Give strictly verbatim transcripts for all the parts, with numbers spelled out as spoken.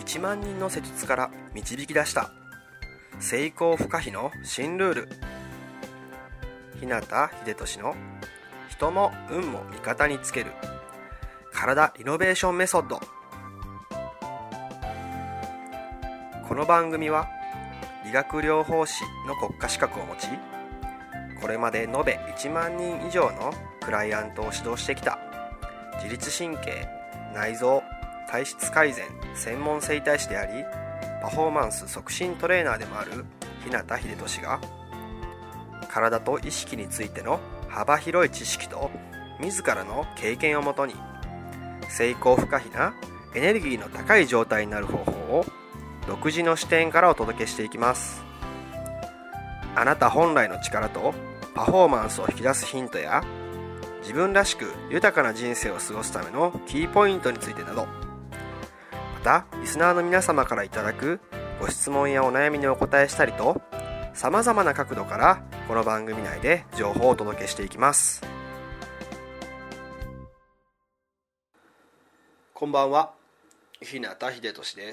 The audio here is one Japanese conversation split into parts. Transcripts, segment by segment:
ちまんにんの施術から導き出した成功不可避の新ルール。日向秀俊の人も運も味方につける体リノベーションメソッド。この番組は理学療法士の国家資格を持ち、これまで延べいちまんにん以上のクライアントを指導してきた自律神経、内臓、体質改善専門整体師であり、パフォーマンス促進トレーナーでもある日向秀俊が、体と意識についての幅広い知識と自らの経験をもとに、成功不可避なエネルギーの高い状態になる方法を独自の視点からお届けしていきます。あなた本来の力とパフォーマンスを引き出すヒントや、自分らしく豊かな人生を過ごすためのキーポイントについてなど、またリスナーの皆様からいただくご質問やお悩みにお答えしたりと、さまざまな角度からこの番組内で情報をお届けしていきます。こんばんは、日向秀俊です。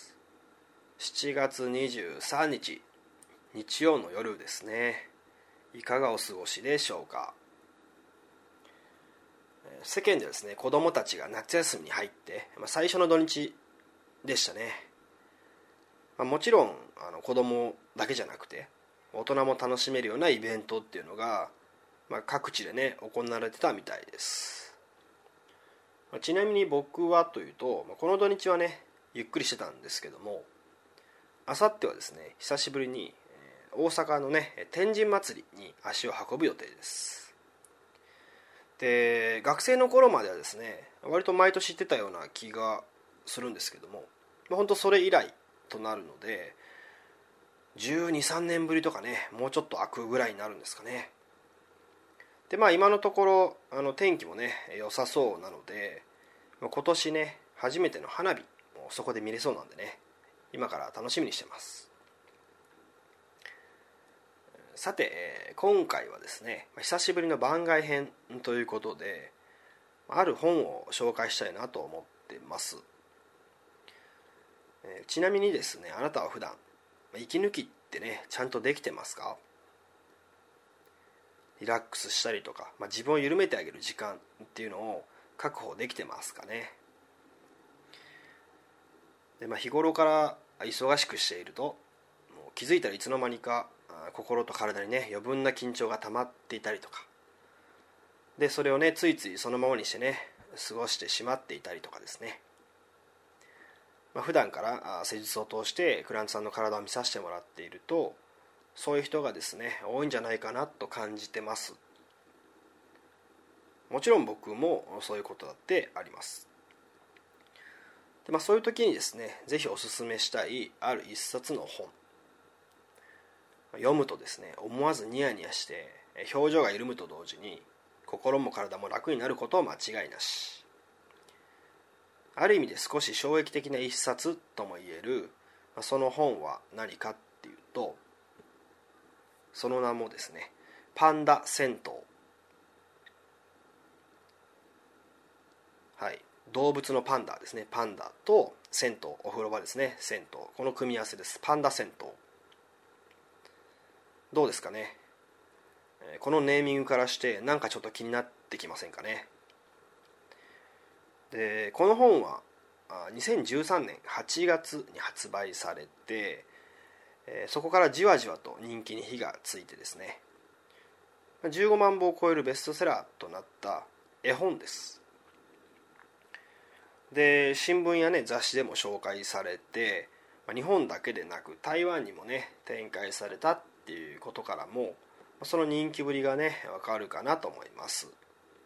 しちがつにじゅうさんにち日曜の夜ですね。いかがお過ごしでしょうか。世間でですね、子どもたちが夏休みに入って、まあ、最初の土日でしたね。まあ、もちろんあの子どもだけじゃなくて大人も楽しめるようなイベントっていうのが、まあ、各地でね行われてたみたいです。まあ、ちなみに僕はというと、まあ、この土日はねゆっくりしてたんですけども、あさってはですね久しぶりに大阪のね天神祭りに足を運ぶ予定です。で、学生の頃まではですね割と毎年行ってたような気がするんですけども、まあ、本当それ以来となるのでじゅうに、さんねんぶりとかね、もうちょっと空くぐらいになるんですかね。で、まあ今のところあの天気もね良さそうなので、今年ね初めての花火もそこで見れそうなんでね、今から楽しみにしてます。さて、今回はですね久しぶりの番外編ということで、ある本を紹介したいなと思ってます。ちなみにですね、あなたは普段息抜きってねちゃんとできてますか？リラックスしたりとか、まあ、自分を緩めてあげる時間っていうのを確保できてますかね。で、まあ、日頃から忙しくしていると、もう気づいたらいつの間にか心と体にね余分な緊張が溜まっていたりとかで、それをねついついそのままにしてね過ごしてしまっていたりとかですね、まあ、普段から施術を通してクライアントさんの体を見させてもらっていると、そういう人がですね多いんじゃないかなと感じてます。もちろん僕もそういうことだってあります。で、まあ、そういう時にですねぜひおすすめしたいある一冊の本、読むとですね思わずニヤニヤして表情が緩むと同時に心も体も楽になること間違いなし。ある意味で少し衝撃的な一冊とも言えるその本は何かっていうと、その名もですねパンダ銭湯。はい、動物のパンダですね。パンダと銭湯、お風呂場ですね、銭湯、この組み合わせです。パンダ銭湯。どうですかね。このネーミングからしてなんかちょっと気になってきませんかね。で、この本はにせんじゅうさんねんはちがつに発売されて、そこからじわじわと人気に火がついてですねじゅうごまんぼを超えるベストセラーとなった絵本です。で、新聞やね雑誌でも紹介されて、日本だけでなく台湾にもね展開されたっていうことからもその人気ぶりがねわかるかなと思います。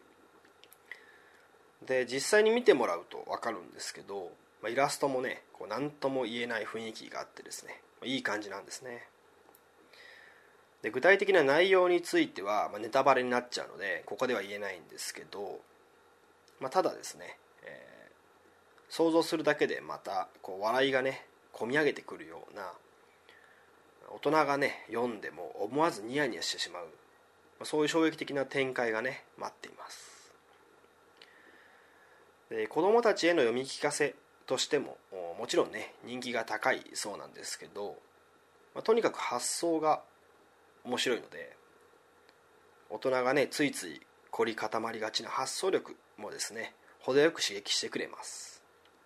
で、実際に見てもらうとわかるんですけど、イラストもねこう何とも言えない雰囲気があってですねいい感じなんですね。で、具体的な内容については、まあ、ネタバレになっちゃうのでここでは言えないんですけど、まあ、ただですね、えー、想像するだけでまたこう笑いがねこみ上げてくるような、大人がね読んでも思わずニヤニヤしてしまう、まあ、そういう衝撃的な展開がね待っています。で、子どもたちへの読み聞かせとしてももちろんね人気が高いそうなんですけど、まあ、とにかく発想が面白いので、大人がねついつい凝り固まりがちな発想力もですね程よく刺激してくれます。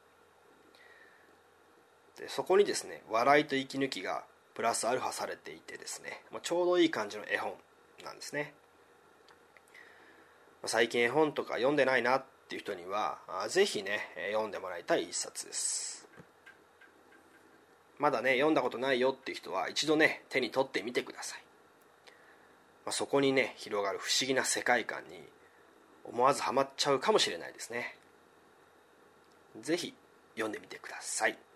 でそこにですね笑いと息抜きがプラスアルファされていてですね、まあ、ちょうどいい感じの絵本なんですね。最近絵本とか読んでないなっていう人にはぜひね読んでもらいたい一冊です。まだね読んだことないよっていう人は一度ね手に取ってみてください。まあ、そこにね広がる不思議な世界観に思わずハマっちゃうかもしれないですね。ぜひ読んでみてください。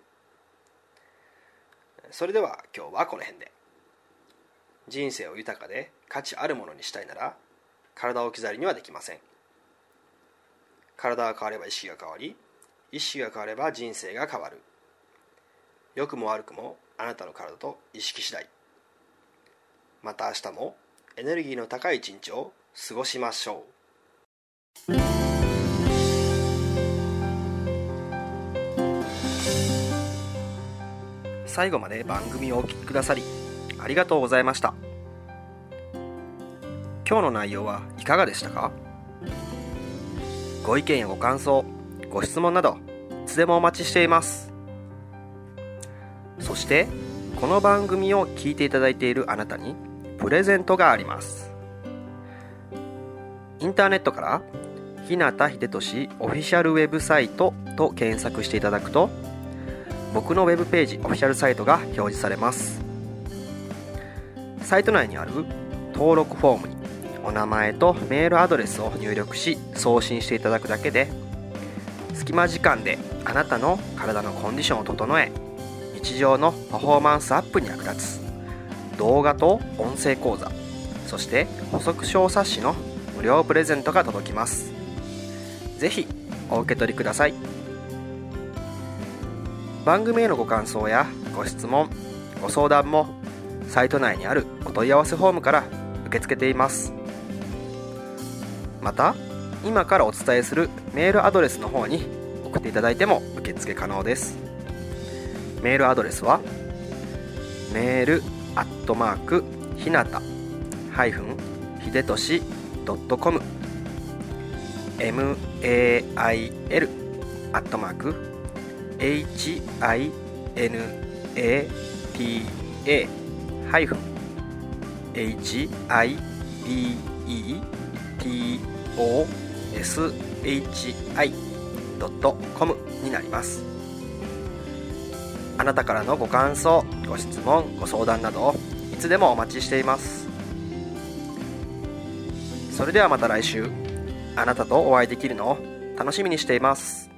それでは今日はこの辺で。人生を豊かで価値あるものにしたいなら体を置き去りにはできません。体が変われば意識が変わり、意識が変われば人生が変わる。良くも悪くもあなたの体と意識次第。また明日もエネルギーの高い一日を過ごしましょう。最後まで番組をお聞きくださりありがとうございました。今日の内容はいかがでしたか？ご意見やご感想、ご質問などいつでもお待ちしています。そしてこの番組を聞いていただいているあなたにプレゼントがあります。インターネットから日向秀俊オフィシャルウェブサイトと検索していただくと、僕のウェブページオフィシャルサイトが表示されます。サイト内にある登録フォームにお名前とメールアドレスを入力し送信していただくだけで、隙間時間であなたの体のコンディションを整え、日常のパフォーマンスアップに役立つ動画と音声講座、そして補足小冊子の無料プレゼントが届きます。ぜひお受け取りください。番組へのご感想やご質問、ご相談もサイト内にあるお問い合わせフォームから受け付けています。また今からお伝えするメールアドレスの方に送っていただいても受付可能です。メールアドレスはメールアットマークひなたひでとし .com、 メールアットマーク ひなたハイフン hibetoshi.com になります。あなたからのご感想、ご質問、ご相談などいつでもお待ちしています。それではまた来週、あなたとお会いできるのを楽しみにしています。